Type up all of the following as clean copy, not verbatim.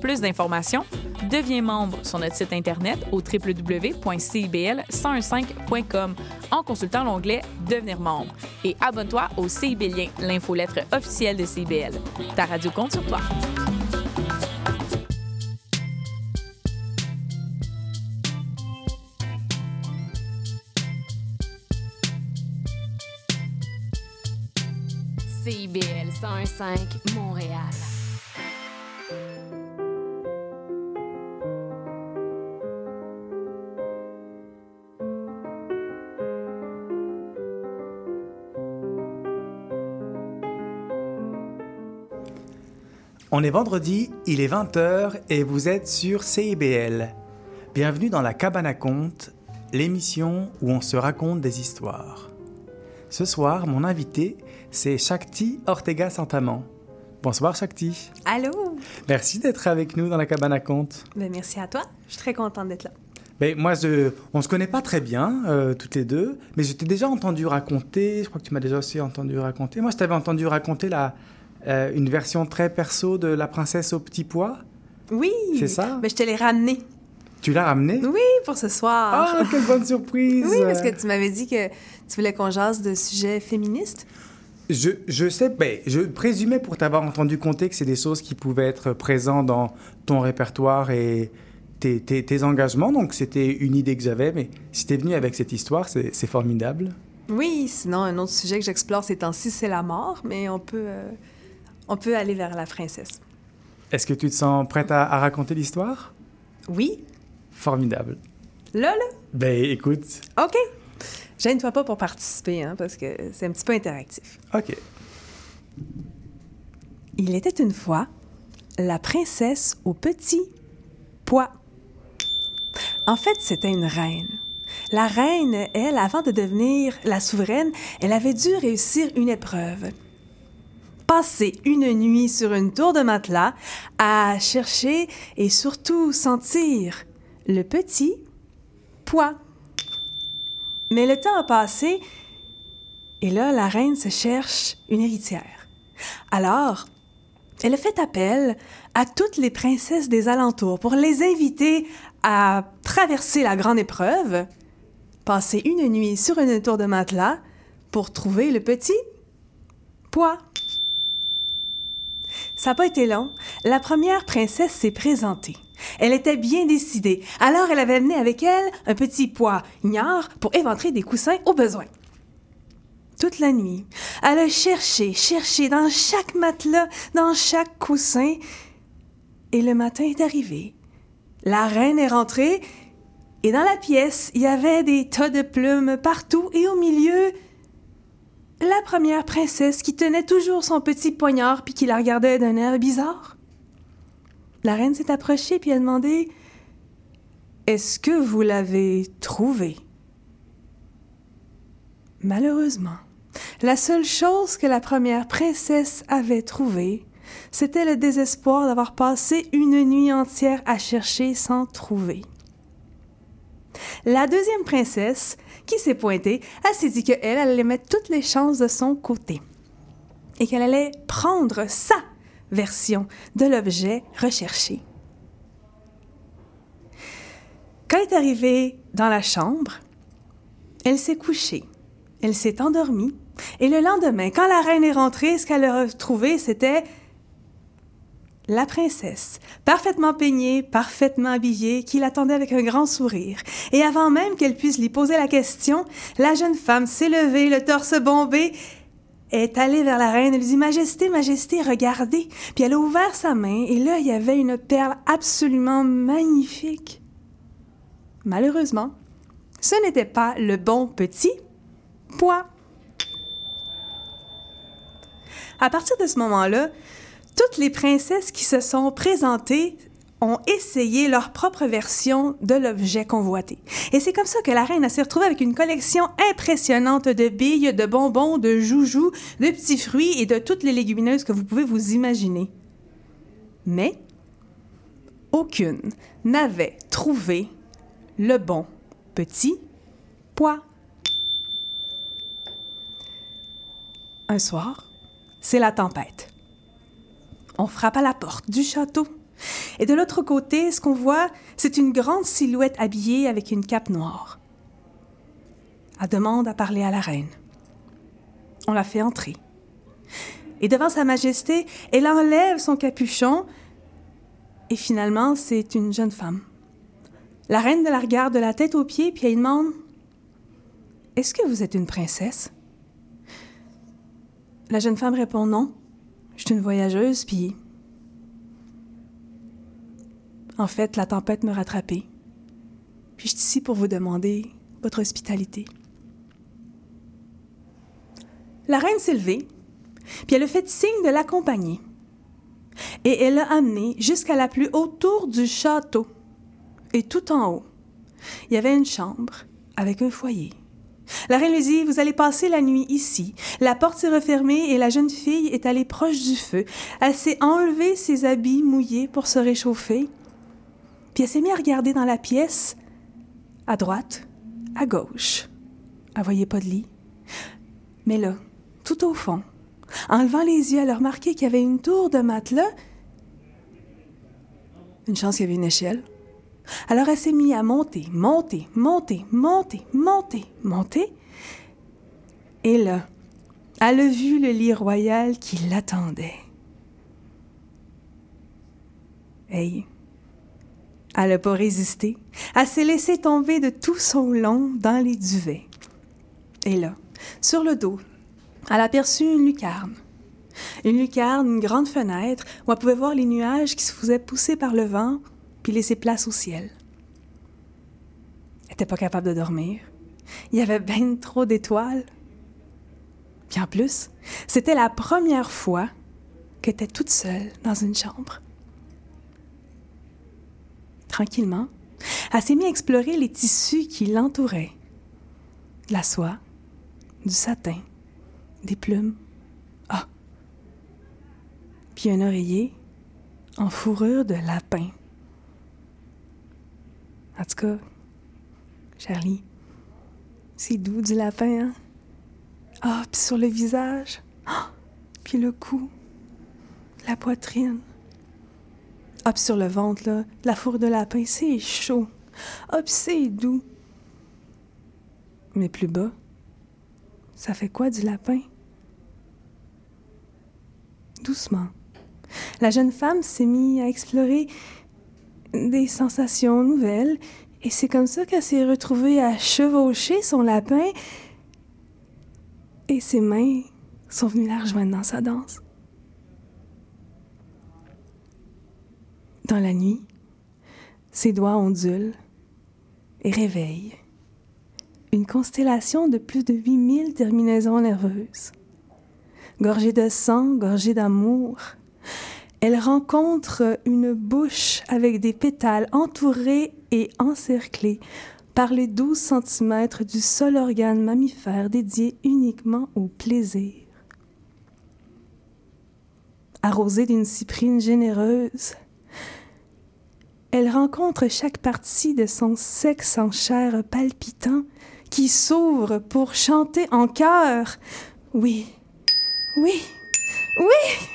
plus d'informations, deviens membre sur notre site Internet au www.cibl1015.com en consultant l'onglet « Devenir membre » et abonne-toi au CIBLien, l'infolettre officielle de CIBL. Ta radio compte sur toi. CIBL 101.5 Montréal. On est vendredi, il est 20h et vous êtes sur CIBL. Bienvenue dans la cabane à contes, l'émission où on se raconte des histoires. Ce soir, mon invité, c'est Shakti Ortega-Santamand. Bonsoir Shakti. Allô? Merci d'être avec nous dans la cabane à contes. Ben, merci à toi. Je suis très contente d'être là. Ben, on se connaît pas très bien, toutes les deux, mais je t'ai déjà entendu raconter, je crois que tu m'as déjà aussi entendu raconter. Moi, je t'avais entendu raconter une version très perso de La princesse au petit pois. Oui. C'est ça? Ben, je te l'ai ramené. Tu l'as ramené? Oui, pour ce soir. Ah, quelle bonne surprise! Oui, parce que tu m'avais dit que tu voulais qu'on jase de sujets féministes. Je sais, je présumais pour t'avoir entendu conter que c'est des choses qui pouvaient être présentes dans ton répertoire et tes engagements, donc c'était une idée que j'avais, mais si t'es venu avec cette histoire, c'est formidable. Oui, sinon, un autre sujet que j'explore ces temps-ci, c'est la mort, mais on peut aller vers la princesse. Est-ce que tu te sens prête à raconter l'histoire? Oui. Formidable. Là? Ben, écoute... OK. Gêne-toi pas pour participer, hein, parce que c'est un petit peu interactif. OK. Il était une fois la princesse au petit pois. En fait, c'était une reine. La reine, elle, avant de devenir la souveraine, elle avait dû réussir une épreuve. Passer une nuit sur une tour de matelas à chercher et surtout sentir le petit pois. Mais le temps a passé et là, la reine se cherche une héritière. Alors, elle a fait appel à toutes les princesses des alentours pour les inviter à traverser la grande épreuve, passer une nuit sur une tour de matelas pour trouver le petit pois. Ça n'a pas été long. La première princesse s'est présentée. Elle était bien décidée. Alors, elle avait amené avec elle un petit pois ignare pour éventrer des coussins au besoin. Toute la nuit, elle a cherché dans chaque matelas, dans chaque coussin. Et le matin est arrivé. La reine est rentrée et dans la pièce, il y avait des tas de plumes partout et au milieu, la première princesse qui tenait toujours son petit poignard puis qui la regardait d'un air bizarre. La reine s'est approchée puis a demandé « Est-ce que vous l'avez trouvé? » Malheureusement, la seule chose que la première princesse avait trouvée, c'était le désespoir d'avoir passé une nuit entière à chercher sans trouver. La deuxième princesse, qui s'est pointée, elle s'est dit qu'elle allait mettre toutes les chances de son côté et qu'elle allait prendre sa version de l'objet recherché. Quand elle est arrivée dans la chambre, elle s'est couchée, elle s'est endormie et le lendemain, quand la reine est rentrée, ce qu'elle a trouvé, c'était la princesse, parfaitement peignée, parfaitement habillée, qui l'attendait avec un grand sourire. Et avant même qu'elle puisse lui poser la question, la jeune femme s'est levée, le torse bombé, est allée vers la reine et lui dit « Majesté, Majesté, regardez !» Puis elle a ouvert sa main et là, il y avait une perle absolument magnifique. Malheureusement, ce n'était pas le bon petit pois. À partir de ce moment-là, toutes les princesses qui se sont présentées ont essayé leur propre version de l'objet convoité. Et c'est comme ça que la reine s'est retrouvée avec une collection impressionnante de billes, de bonbons, de joujoux, de petits fruits et de toutes les légumineuses que vous pouvez vous imaginer. Mais aucune n'avait trouvé le bon petit pois. Un soir, c'est la tempête. On frappe à la porte du château. Et de l'autre côté, ce qu'on voit, c'est une grande silhouette habillée avec une cape noire. Elle demande à parler à la reine. On la fait entrer. Et devant Sa Majesté, elle enlève son capuchon et finalement, c'est une jeune femme. La reine la regarde de la tête aux pieds puis elle demande « Est-ce que vous êtes une princesse? » La jeune femme répond « Non, je suis une voyageuse puis... En fait, la tempête m'a rattrapée. Puis je suis ici pour vous demander votre hospitalité. » La reine s'est levée, puis elle a fait signe de l'accompagner. Et elle l'a amenée jusqu'à la plus haute tour du château. Et tout en haut, il y avait une chambre avec un foyer. La reine lui dit « Vous allez passer la nuit ici. » La porte s'est refermée et la jeune fille est allée proche du feu. Elle s'est enlevé ses habits mouillés pour se réchauffer. Puis elle s'est mise à regarder dans la pièce, à droite, à gauche. Elle voyait pas de lit. Mais là, tout au fond, en levant les yeux, elle a remarqué qu'il y avait une tour de matelas. Une chance qu'il y avait une échelle. Alors elle s'est mise à monter. Et là, elle a vu le lit royal qui l'attendait. Hey, elle n'a pas résisté. Elle s'est laissée tomber de tout son long dans les duvets. Et là, sur le dos, elle a aperçu une lucarne. Une grande fenêtre où elle pouvait voir les nuages qui se faisaient pousser par le vent puis laisser place au ciel. Elle n'était pas capable de dormir. Il y avait bien trop d'étoiles. Puis en plus, c'était la première fois qu'elle était toute seule dans une chambre. Tranquillement, elle s'est mise à explorer les tissus qui l'entouraient. De la soie, du satin, des plumes. Ah! Puis un oreiller en fourrure de lapin. En tout cas, Charlie, c'est doux du lapin, hein? Ah, puis sur le visage. Ah! Puis le cou, la poitrine. Ah, puis sur le ventre, là, la fourrure de lapin, c'est chaud. Ah, puis c'est doux. Mais plus bas, ça fait quoi du lapin? Doucement, la jeune femme s'est mise à explorer des sensations nouvelles et c'est comme ça qu'elle s'est retrouvée à chevaucher son lapin et ses mains sont venues la rejoindre dans sa danse. Dans la nuit, ses doigts ondulent et réveillent une constellation de plus de 8000 terminaisons nerveuses. Gorgée de sang, gorgée d'amour, elle rencontre une bouche avec des pétales entourés et encerclés par les 12 centimètres du seul organe mammifère dédié uniquement au plaisir. Arrosée d'une cyprine généreuse, elle rencontre chaque partie de son sexe en chair palpitant qui s'ouvre pour chanter en chœur. Oui, oui, oui!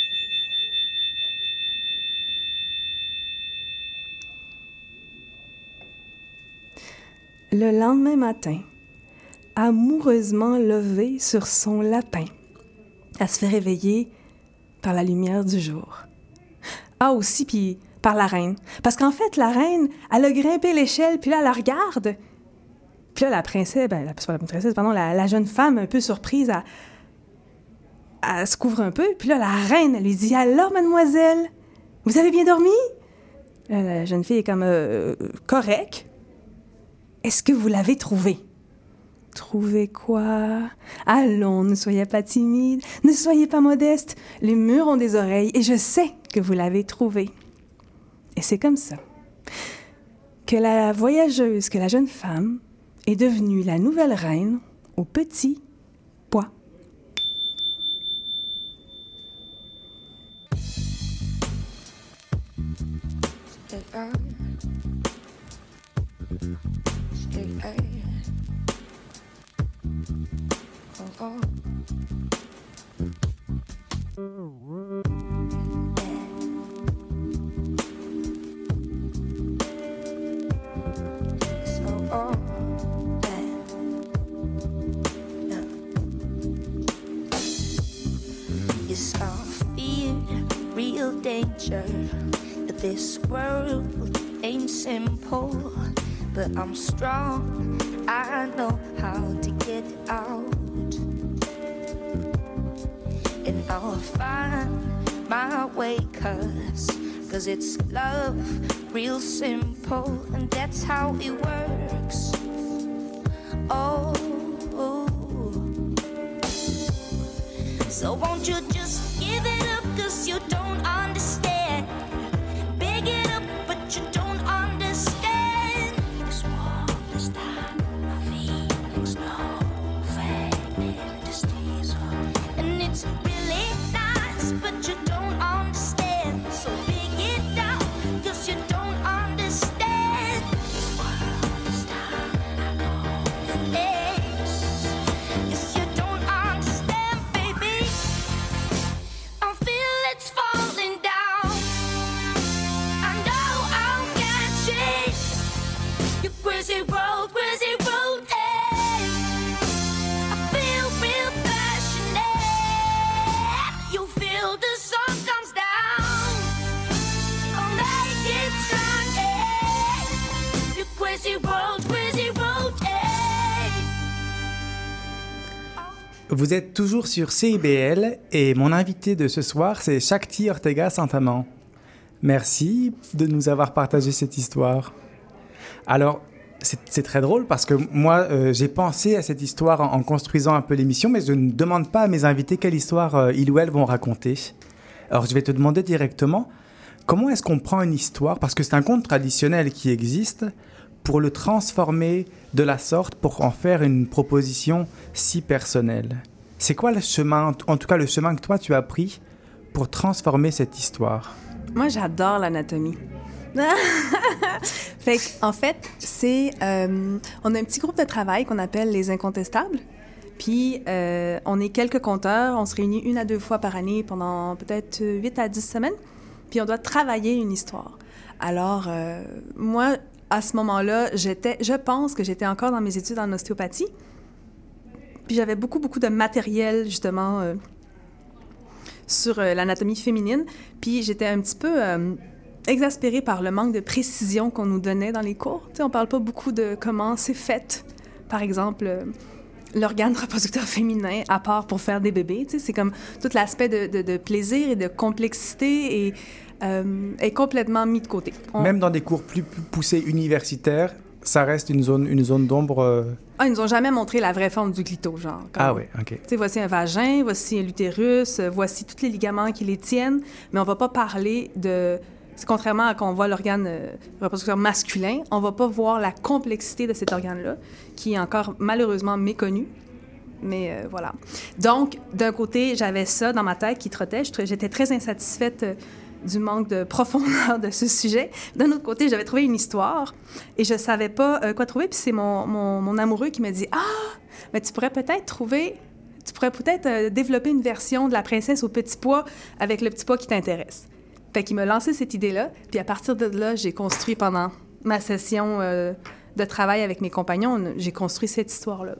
Le lendemain matin, amoureusement levée sur son lapin, elle se fait réveiller par la lumière du jour. Ah, aussi, puis par la reine. Parce qu'en fait, la reine, elle a grimpé l'échelle, puis là, elle la regarde. Puis là, la princesse, la jeune femme, un peu surprise, elle se couvre un peu. Puis là, la reine, elle lui dit « Alors, mademoiselle, vous avez bien dormi? » La jeune fille est comme « Correct. Est-ce que vous l'avez trouvé? » « Trouvé quoi? Allons, ne soyez pas timide, ne soyez pas modeste. Les murs ont des oreilles et je sais que vous l'avez trouvé. » Et c'est comme ça que la voyageuse, que la jeune femme, est devenue la nouvelle reine au petit pois. danger. This world ain't simple, but I'm strong. I know how to get out, and I'll find my way, cause it's love, real simple, and that's how it works. Oh, so won't you just give it up, cause you don't understand. Big it up, but you don't understand. And it's really nice, but you don't understand. So big it up, cause you don't understand. Yes, you don't understand, baby. I feel it's falling down. I know I'll catch it. You crazy road, hey. I feel real passionate. You feel the sun comes down. I'll make it strong, hey. You crazy road, hey. Vous êtes toujours sur CIBL et mon invité de ce soir, c'est Shakti Ortega Santamand. Merci de nous avoir partagé cette histoire. Alors, c'est très drôle parce que moi, j'ai pensé à cette histoire en construisant un peu l'émission, mais je ne demande pas à mes invités quelle histoire ils ou elles vont raconter. Alors, je vais te demander directement, comment est-ce qu'on prend une histoire, parce que c'est un conte traditionnel qui existe, pour le transformer de la sorte, pour en faire une proposition si personnelle? C'est quoi le chemin, en tout cas le chemin que toi tu as pris pour transformer cette histoire? Moi, j'adore l'anatomie. Fait en fait, c'est... on a un petit groupe de travail qu'on appelle les Incontestables. Puis, on est quelques conteurs. On se réunit 1 à 2 fois par année pendant peut-être 8 à 10 semaines. Puis, on doit travailler une histoire. Alors, moi, à ce moment-là, je pense que j'étais encore dans mes études en ostéopathie. Puis, j'avais beaucoup de matériel, justement, sur l'anatomie féminine. Puis, j'étais un petit peu... exaspérée par le manque de précision qu'on nous donnait dans les cours. Tu sais, on parle pas beaucoup de comment c'est fait, par exemple, l'organe reproducteur féminin, à part pour faire des bébés. Tu sais, c'est comme tout l'aspect de plaisir et de complexité est complètement mis de côté. Même dans des cours plus poussés universitaires, ça reste une zone d'ombre... Ah, ils nous ont jamais montré la vraie forme du clito, genre. Ah oui, OK. Tu sais, voici un vagin, voici l'utérus, voici tous les ligaments qui les tiennent, mais on va pas parler de... Contrairement à quand on voit l'organe reproducteur masculin, on ne va pas voir la complexité de cet organe-là, qui est encore malheureusement méconnu. Mais voilà. Donc, d'un côté, j'avais ça dans ma tête qui trottait. J'étais très insatisfaite du manque de profondeur de ce sujet. D'un autre côté, j'avais trouvé une histoire et je ne savais pas quoi trouver. Puis c'est mon amoureux qui m'a dit « Ah, mais tu pourrais peut-être développer une version de la princesse au petit pois avec le petit pois qui t'intéresse. » Fait qu'il m'a lancé cette idée-là, puis à partir de là, j'ai construit pendant ma session de travail avec mes compagnons, j'ai construit cette histoire-là.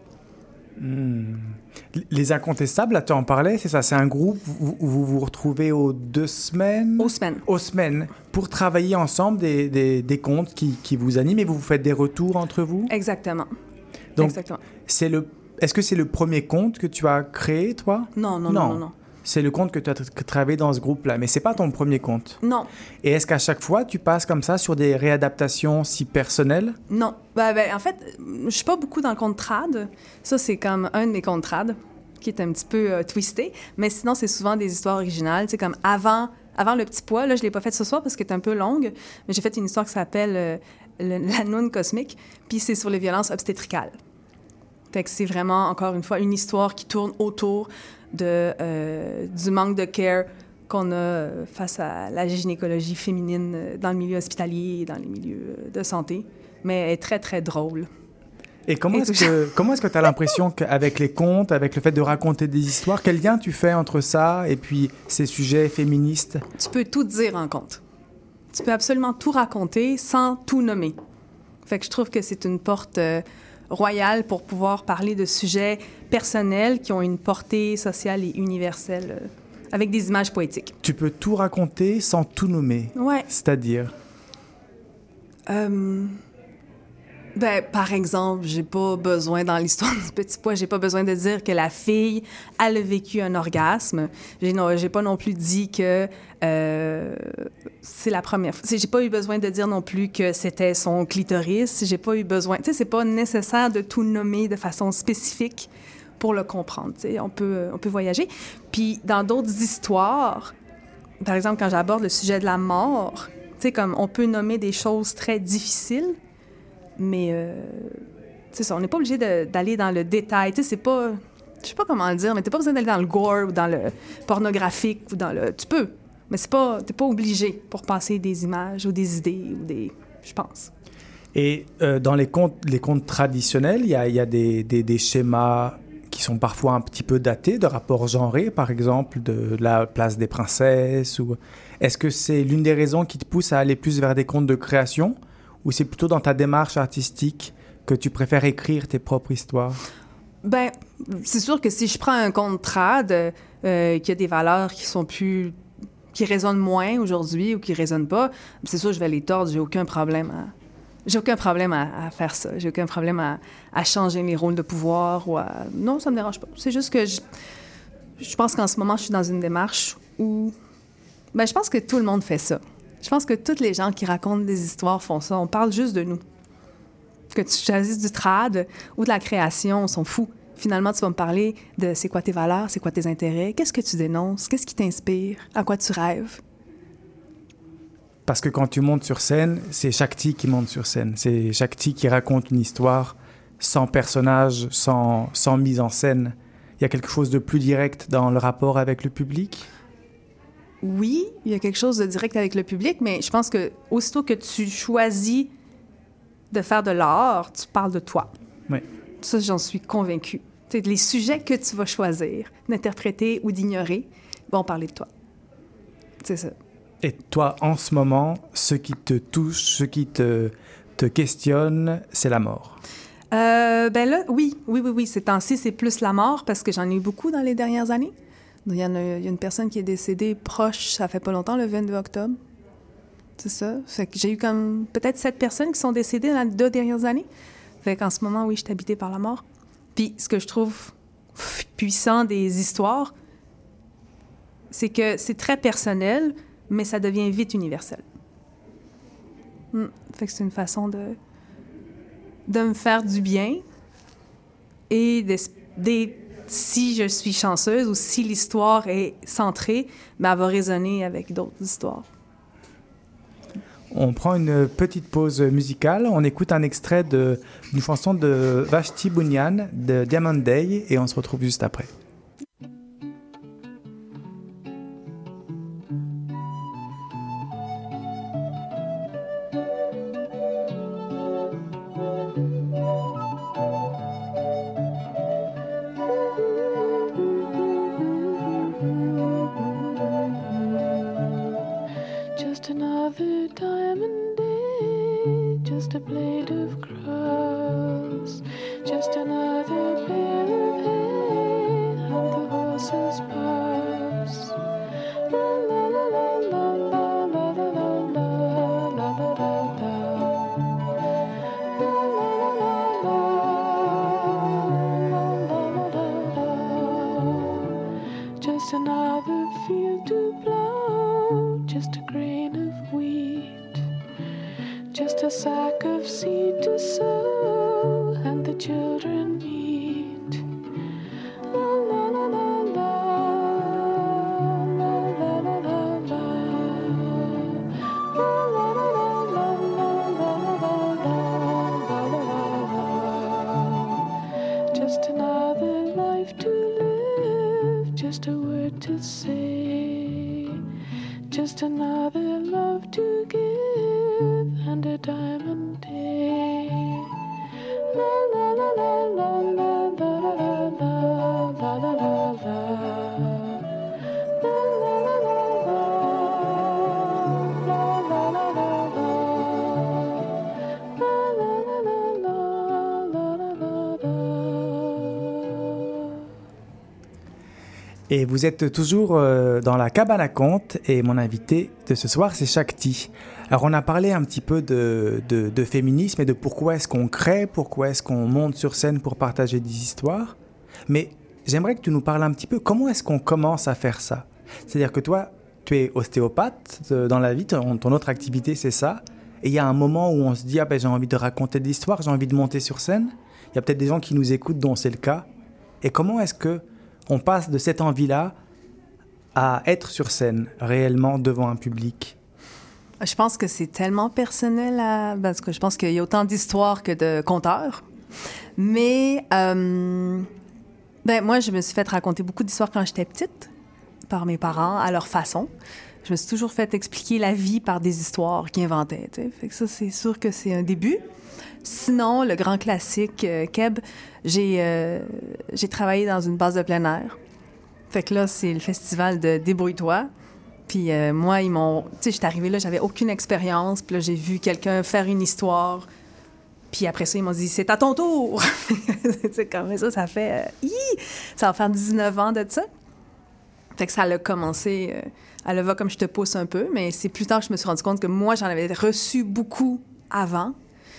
Les Incontestables, là, tu en parlais, c'est ça, c'est un groupe où vous vous retrouvez aux 2 semaines? Aux semaines, pour travailler ensemble des contes qui vous animent et vous faites des retours entre vous? Exactement. Donc, exactement. Est-ce que c'est le premier conte que tu as créé, toi? Non. C'est le conte que tu as travaillé dans ce groupe-là, mais c'est pas ton premier conte. Non. Et est-ce qu'à chaque fois, tu passes comme ça sur des réadaptations si personnelles? Non. En fait, je suis pas beaucoup dans le conte trad. Ça, c'est comme un de mes contes trad, qui est un petit peu twisté. Mais sinon, c'est souvent des histoires originales. Tu sais, comme avant le petit pois, là, je l'ai pas faite ce soir parce qu'elle est un peu longue, mais j'ai fait une histoire qui s'appelle La noune cosmique, puis c'est sur les violences obstétricales. Fait que c'est vraiment, encore une fois, une histoire qui tourne autour du manque de care qu'on a face à la gynécologie féminine dans le milieu hospitalier et dans les milieux de santé. Mais elle est très, très drôle. Et comment est-ce que tu as l'impression qu'avec les contes, avec le fait de raconter des histoires, quel lien tu fais entre ça et puis ces sujets féministes? Tu peux tout dire en conte. Tu peux absolument tout raconter sans tout nommer. Fait que je trouve que c'est une porte... royale pour pouvoir parler de sujets personnels qui ont une portée sociale et universelle avec des images poétiques. Tu peux tout raconter sans tout nommer. Ouais. C'est-à-dire? Ben, par exemple, j'ai pas besoin, dans l'histoire du petit pois, j'ai pas besoin de dire que la fille, elle a vécu un orgasme. J'ai pas non plus dit que c'est la première fois. J'ai pas eu besoin de dire non plus que c'était son clitoris. J'ai pas eu besoin... Tu sais, c'est pas nécessaire de tout nommer de façon spécifique pour le comprendre. Tu sais, on peut voyager. Puis, dans d'autres histoires, par exemple, quand j'aborde le sujet de la mort, tu sais, comme on peut nommer des choses très difficiles, mais, tu sais, on n'est pas obligé d'aller dans le détail. Tu sais, c'est pas... Je sais pas comment le dire, mais t'as pas besoin d'aller dans le gore ou dans le pornographique ou dans le... Tu peux, mais t'es pas obligé pour passer des images ou des idées ou des... Je pense. Et dans les contes traditionnels, il y a des schémas qui sont parfois un petit peu datés, de rapports genrés, par exemple, de la place des princesses. Ou... Est-ce que c'est l'une des raisons qui te pousse à aller plus vers des contes de création, ou c'est plutôt dans ta démarche artistique que tu préfères écrire tes propres histoires? Ben, c'est sûr que si je prends un conte trad qui a des valeurs qui résonnent moins aujourd'hui ou qui résonnent pas, c'est sûr que je vais les tordre, j'ai aucun problème à faire ça. J'ai aucun problème à changer mes rôles de pouvoir ou à... Non, ça me dérange pas. C'est juste que je pense qu'en ce moment, je suis dans une démarche où... Ben, je pense que tout le monde fait ça. Je pense que toutes les gens qui racontent des histoires font ça. On parle juste de nous. Que tu choisisses du trad ou de la création, on s'en fout. Finalement, tu vas me parler de c'est quoi tes valeurs, c'est quoi tes intérêts, qu'est-ce que tu dénonces, qu'est-ce qui t'inspire, à quoi tu rêves. Parce que quand tu montes sur scène, c'est Shakti qui monte sur scène. C'est Shakti qui raconte une histoire sans personnage, sans mise en scène. Il y a quelque chose de plus direct dans le rapport avec le public? Oui, il y a quelque chose de direct avec le public, mais je pense que aussitôt que tu choisis de faire de l'art, tu parles de toi. Oui. Ça, j'en suis convaincue. T'sais, les sujets que tu vas choisir, d'interpréter ou d'ignorer, vont parler de toi. C'est ça. Et toi, en ce moment, ce qui te touche, ce qui te questionne, c'est la mort. Ben là, oui. Ces temps-ci, c'est plus la mort parce que j'en ai eu beaucoup dans les dernières années. Il y a une personne qui est décédée proche, ça fait pas longtemps, le 22 octobre. C'est ça. Fait que j'ai eu comme peut-être 7 personnes qui sont décédées dans les 2 dernières années. Fait qu'en ce moment, oui, je suis habitée par la mort. Puis ce que je trouve puissant des histoires, c'est que c'est très personnel, mais ça devient vite universel. Fait que c'est une façon de me faire du bien et si je suis chanceuse ou si l'histoire est centrée, ben, elle va résonner avec d'autres histoires. On prend une petite pause musicale. On écoute un extrait d'une chanson de Vashti Bunyan de Diamond Day et on se retrouve juste après. Just another diamond day, just a blade of grass, just another bale of hay, and the horses pass. La la la la la la la la la la la la la la. Just another field to plow, just a grain of wheat, just a sack of seed to sow, and the children meet. La la la la la, la la la la la, la la la la la, la la la la. Just another life to live, just a word to say, just another love to give, and a diamond day. La la la la la la la la la la la la la. La la la la la, la la la la la. La la la la la, la la la la. Et vous êtes toujours dans la cabane à contes et mon invité de ce soir, c'est Shakti. Alors, on a parlé un petit peu de féminisme et de pourquoi est-ce qu'on crée, pourquoi est-ce qu'on monte sur scène pour partager des histoires. Mais j'aimerais que tu nous parles un petit peu comment est-ce qu'on commence à faire ça. C'est-à-dire que toi, tu es ostéopathe dans la vie, ton autre activité, c'est ça. Et il y a un moment où on se dit « Ah ben j'ai envie de raconter des histoires, j'ai envie de monter sur scène ». Il y a peut-être des gens qui nous écoutent dont c'est le cas. Et comment est-ce que on passe de cette envie-là à être sur scène, réellement devant un public? Je pense que c'est tellement personnel, parce que je pense qu'il y a autant d'histoires que de conteurs. Mais moi, je me suis fait raconter beaucoup d'histoires quand j'étais petite, par mes parents, à leur façon. Je me suis toujours fait expliquer la vie par des histoires qu'ils inventaient. T'sais. Fait que ça, c'est sûr que c'est un début. Sinon, le grand classique, Keb, j'ai travaillé dans une base de plein air. Fait que là, c'est le festival de Débrouille-toi. Puis moi, ils m'ont... Tu sais, j'étais arrivée là, j'avais aucune expérience. Puis là, j'ai vu quelqu'un faire une histoire. Puis après ça, ils m'ont dit « C'est à ton tour! » C'est comme ça, ça fait... ça va faire 19 ans de ça. Fait que ça a commencé... à le va comme je te pousse un peu. Mais c'est plus tard que je me suis rendu compte que moi, j'en avais reçu beaucoup avant.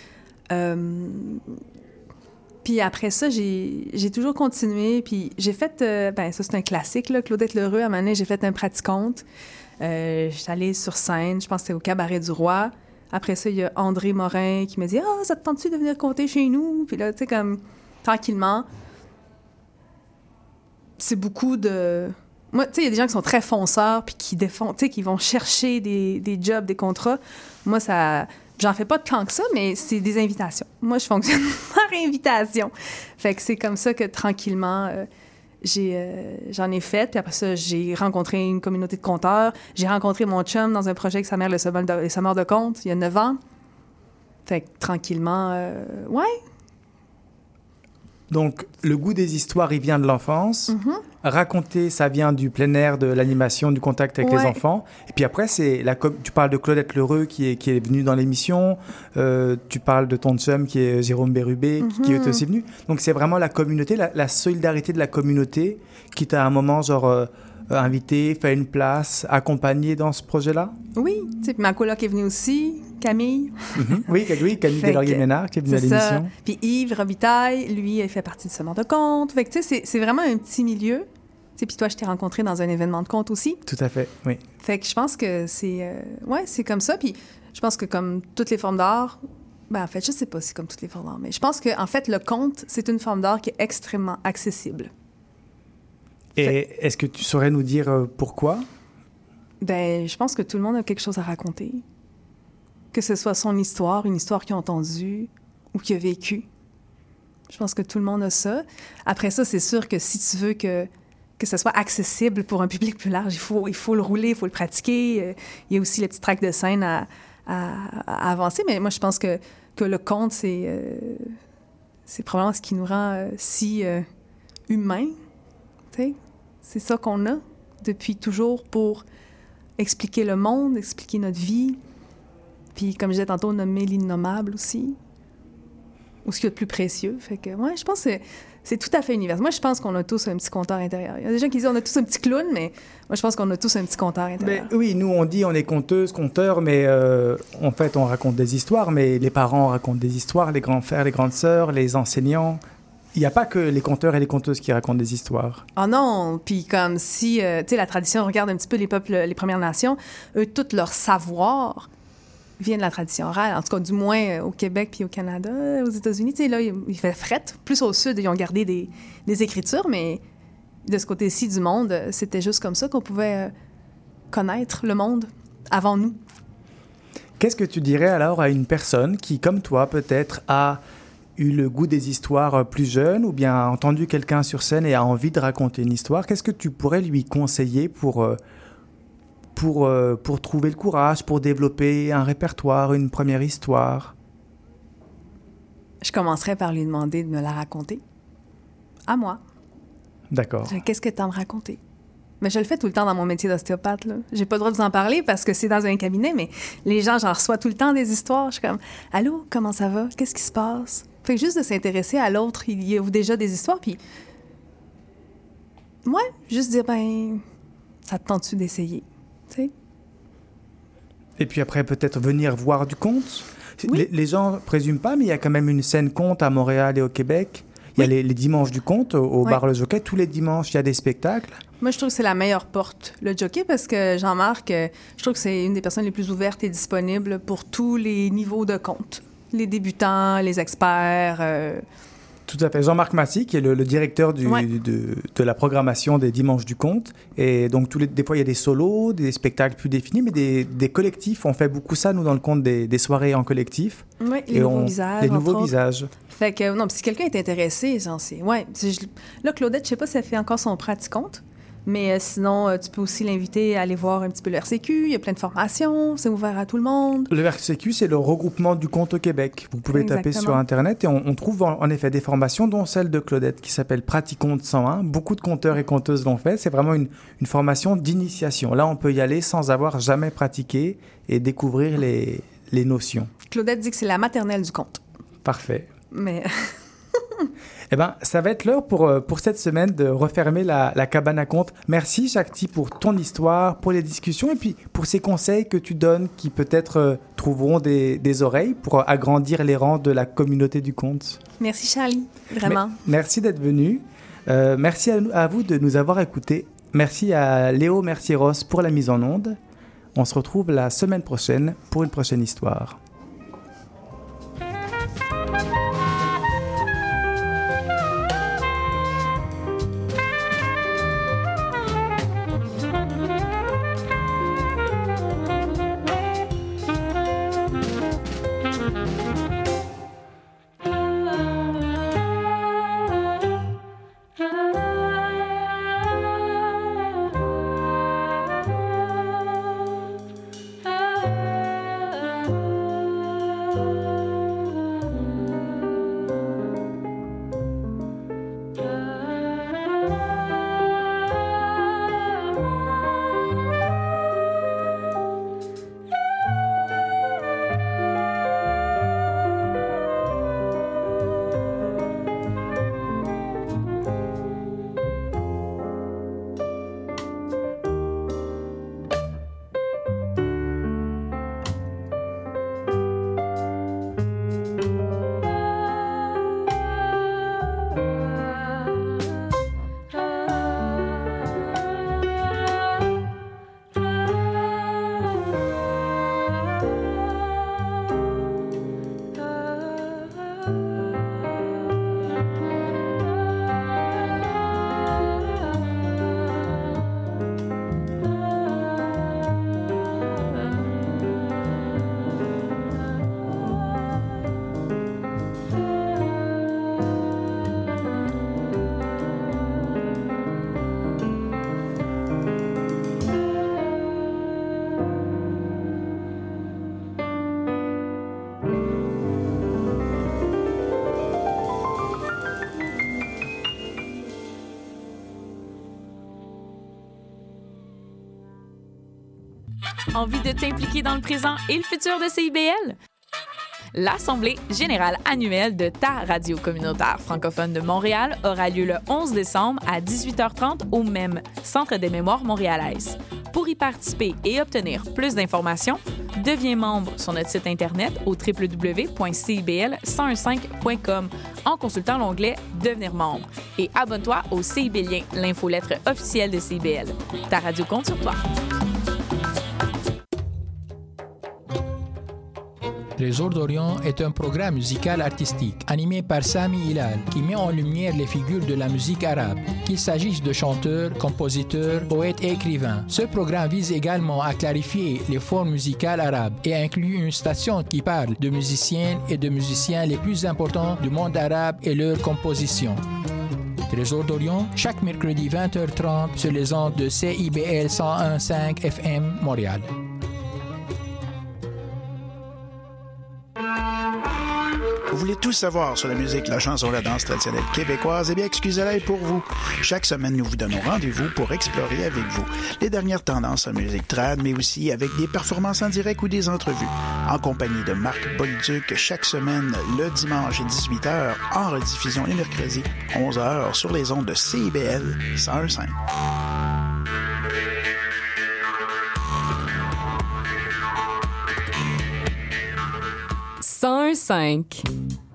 Puis après ça, j'ai toujours continué. Puis j'ai fait... ça, c'est un classique, là. Claudette Lheureux, à un moment donné, j'ai fait un praticonte. J'étais allée sur scène, je pense que c'était au Cabaret du Roi. Après ça, il y a André Morin qui m'a dit « Ah, ça te tente-tu de venir compter chez nous? » Puis là, tu sais, comme, tranquillement, c'est beaucoup de... Moi, tu sais, il y a des gens qui sont très fonceurs puis qui défendent, tu sais, qui vont chercher des jobs, des contrats. Moi, ça... J'en fais pas tant que ça, mais c'est des invitations. Moi, je fonctionne par invitation. Fait que c'est comme ça que, tranquillement, j'en ai fait. Puis après ça, j'ai rencontré une communauté de conteurs. J'ai rencontré mon chum dans un projet qui s'appelle Les Sommeurs de contes, il y a 9 ans. Fait que, tranquillement, ouais. Donc, le goût des histoires, il vient de l'enfance. Mm-hmm. Raconter, ça vient du plein air, de l'animation, du contact avec les enfants. Et puis après, tu parles de Claudette Lheureux qui est venue dans l'émission. Tu parles de ton chum qui est Jérôme Bérubé, qui est aussi venu. Donc, c'est vraiment la communauté, la solidarité de la communauté qui t'a à un moment, invité, fait une place, accompagné dans ce projet-là? Oui. Tu sais, ma coloc est venue aussi, Camille. Oui, Camille Deslauriers-Ménard qui est venue à l'émission. Puis Yves Robitaille, lui, il fait partie du Sommeur de contes. Fait que tu sais, c'est vraiment un petit milieu. Puis toi, je t'ai rencontré dans un événement de contes aussi. Tout à fait, oui. Fait que je pense que c'est... c'est comme ça. Puis je pense que comme toutes les formes d'art... en fait, je sais pas si c'est comme toutes les formes d'art, mais je pense que en fait, le conte, c'est une forme d'art qui est extrêmement accessible. Et est-ce que tu saurais nous dire pourquoi? Je pense que tout le monde a quelque chose à raconter. Que ce soit son histoire, une histoire qu'il a entendue ou qu'il a vécue. Je pense que tout le monde a ça. Après ça, c'est sûr que si tu veux que ce soit accessible pour un public plus large, il faut le rouler, il faut le pratiquer. Il y a aussi les petits tracts de scène à avancer. Mais moi, je pense que le conte, c'est probablement ce qui nous rend si humains. T'sais, c'est ça qu'on a depuis toujours pour expliquer le monde, expliquer notre vie. Puis, comme je disais tantôt, nommer l'innommable aussi. Ou ce qu'il y a de plus précieux. Fait que, je pense que c'est tout à fait universel. Moi, je pense qu'on a tous un petit conteur intérieur. Il y a des gens qui disent on a tous un petit clown, mais moi, je pense qu'on a tous un petit conteur intérieur. Mais, oui, nous, on dit on est conteuse, conteur, mais en fait, on raconte des histoires, mais les parents racontent des histoires, les grands frères, les grandes sœurs, les enseignants. Il n'y a pas que les conteurs et les conteuses qui racontent des histoires. Oh non! Puis comme si, tu sais, la tradition regarde un petit peu les peuples, les Premières Nations, eux, tout leur savoir vient de la tradition orale. En tout cas, du moins au Québec puis au Canada, aux États-Unis. Tu sais, là, il fait fret. Plus au sud, ils ont gardé des écritures, mais de ce côté-ci du monde, c'était juste comme ça qu'on pouvait connaître le monde avant nous. Qu'est-ce que tu dirais alors à une personne qui, comme toi, peut-être a eu le goût des histoires plus jeune ou bien a entendu quelqu'un sur scène et a envie de raconter une histoire? Qu'est-ce que tu pourrais lui conseiller pour trouver le courage, pour développer un répertoire, une première histoire? Je commencerais par lui demander de me la raconter. À moi. D'accord. Qu'est-ce que tu as à me raconter? Mais je le fais tout le temps dans mon métier d'ostéopathe. Là. J'ai pas le droit de vous en parler parce que c'est dans un cabinet, mais les gens, j'en reçois tout le temps des histoires. Je suis comme « Allô, comment ça va? Qu'est-ce qui se passe? » Fait que juste de s'intéresser à l'autre, il y a déjà des histoires, puis Moi, juste dire, ben, ça te tente-tu d'essayer? Tu sais? Et puis après, peut-être venir voir du conte. Oui. Les gens ne présument pas, mais il y a quand même une scène conte à Montréal et au Québec. Il y a les dimanches du conte au bar Le Jockey. Tous les dimanches, il y a des spectacles. Moi, je trouve que c'est la meilleure porte, le jockey, parce que Jean-Marc, je trouve que c'est une des personnes les plus ouvertes et disponibles pour tous les niveaux de compte. Les débutants, les experts. Tout à fait. Jean-Marc Massy, qui est le directeur de la programmation des Dimanches du Conte. Et donc, des fois, il y a des solos, des spectacles plus définis, mais des collectifs. On fait beaucoup ça, nous, dans le conte, des soirées en collectif. Oui, les nouveaux visages. Les nouveaux visages. Fait que, non, si quelqu'un est intéressé, genre, c'est... Ouais. Là, Claudette, je sais pas si elle fait encore son praticonte, mais sinon, tu peux aussi l'inviter à aller voir un petit peu le RCQ. Il y a plein de formations, c'est ouvert à tout le monde. Le RCQ, c'est le regroupement du conte au Québec. Vous pouvez taper sur Internet et on trouve en effet des formations, dont celle de Claudette, qui s'appelle Praticonte 101. Beaucoup de conteurs et conteuses l'ont fait. C'est vraiment une formation d'initiation. Là, on peut y aller sans avoir jamais pratiqué et découvrir les notions. Claudette dit que c'est la maternelle du conte. Parfait. Mais... Eh bien, ça va être l'heure pour cette semaine de refermer la cabane à conte. Merci, Jacques-Ty, pour ton histoire, pour les discussions et puis pour ces conseils que tu donnes qui peut-être trouveront des oreilles pour agrandir les rangs de la communauté du conte. Merci, Charlie. Vraiment. Merci d'être venu. Merci à vous de nous avoir écoutés. Merci à Léo Mercieros pour la mise en onde. On se retrouve la semaine prochaine pour une prochaine histoire. Envie de t'impliquer dans le présent et le futur de CIBL? L'Assemblée générale annuelle de ta radio communautaire francophone de Montréal aura lieu le 11 décembre à 18h30 au MEM, Centre des mémoires montréalaises. Pour y participer et obtenir plus d'informations, deviens membre sur notre site Internet au www.cibl1015.com en consultant l'onglet « Devenir membre » et abonne-toi au CIBLien, l'infolettre officielle de CIBL. Ta radio compte sur toi. Trésor d'Orient est un programme musical artistique animé par Sami Hilal qui met en lumière les figures de la musique arabe, qu'il s'agisse de chanteurs, compositeurs, poètes et écrivains. Ce programme vise également à clarifier les formes musicales arabes et inclut une station qui parle de musiciennes et de musiciens les plus importants du monde arabe et leurs compositions. Trésor d'Orient, chaque mercredi 20h30 sur les ondes de CIBL 101.5 FM Montréal. Vous voulez tout savoir sur la musique, la chanson, la danse traditionnelle québécoise? Eh bien, excusez-la pour vous. Chaque semaine, nous vous donnons rendez-vous pour explorer avec vous les dernières tendances en musique trad, mais aussi avec des performances en direct ou des entrevues. En compagnie de Marc Bolduc, chaque semaine, le dimanche 18h, en rediffusion les mercredis 11h sur les ondes de CIBL 101.5. « 101.5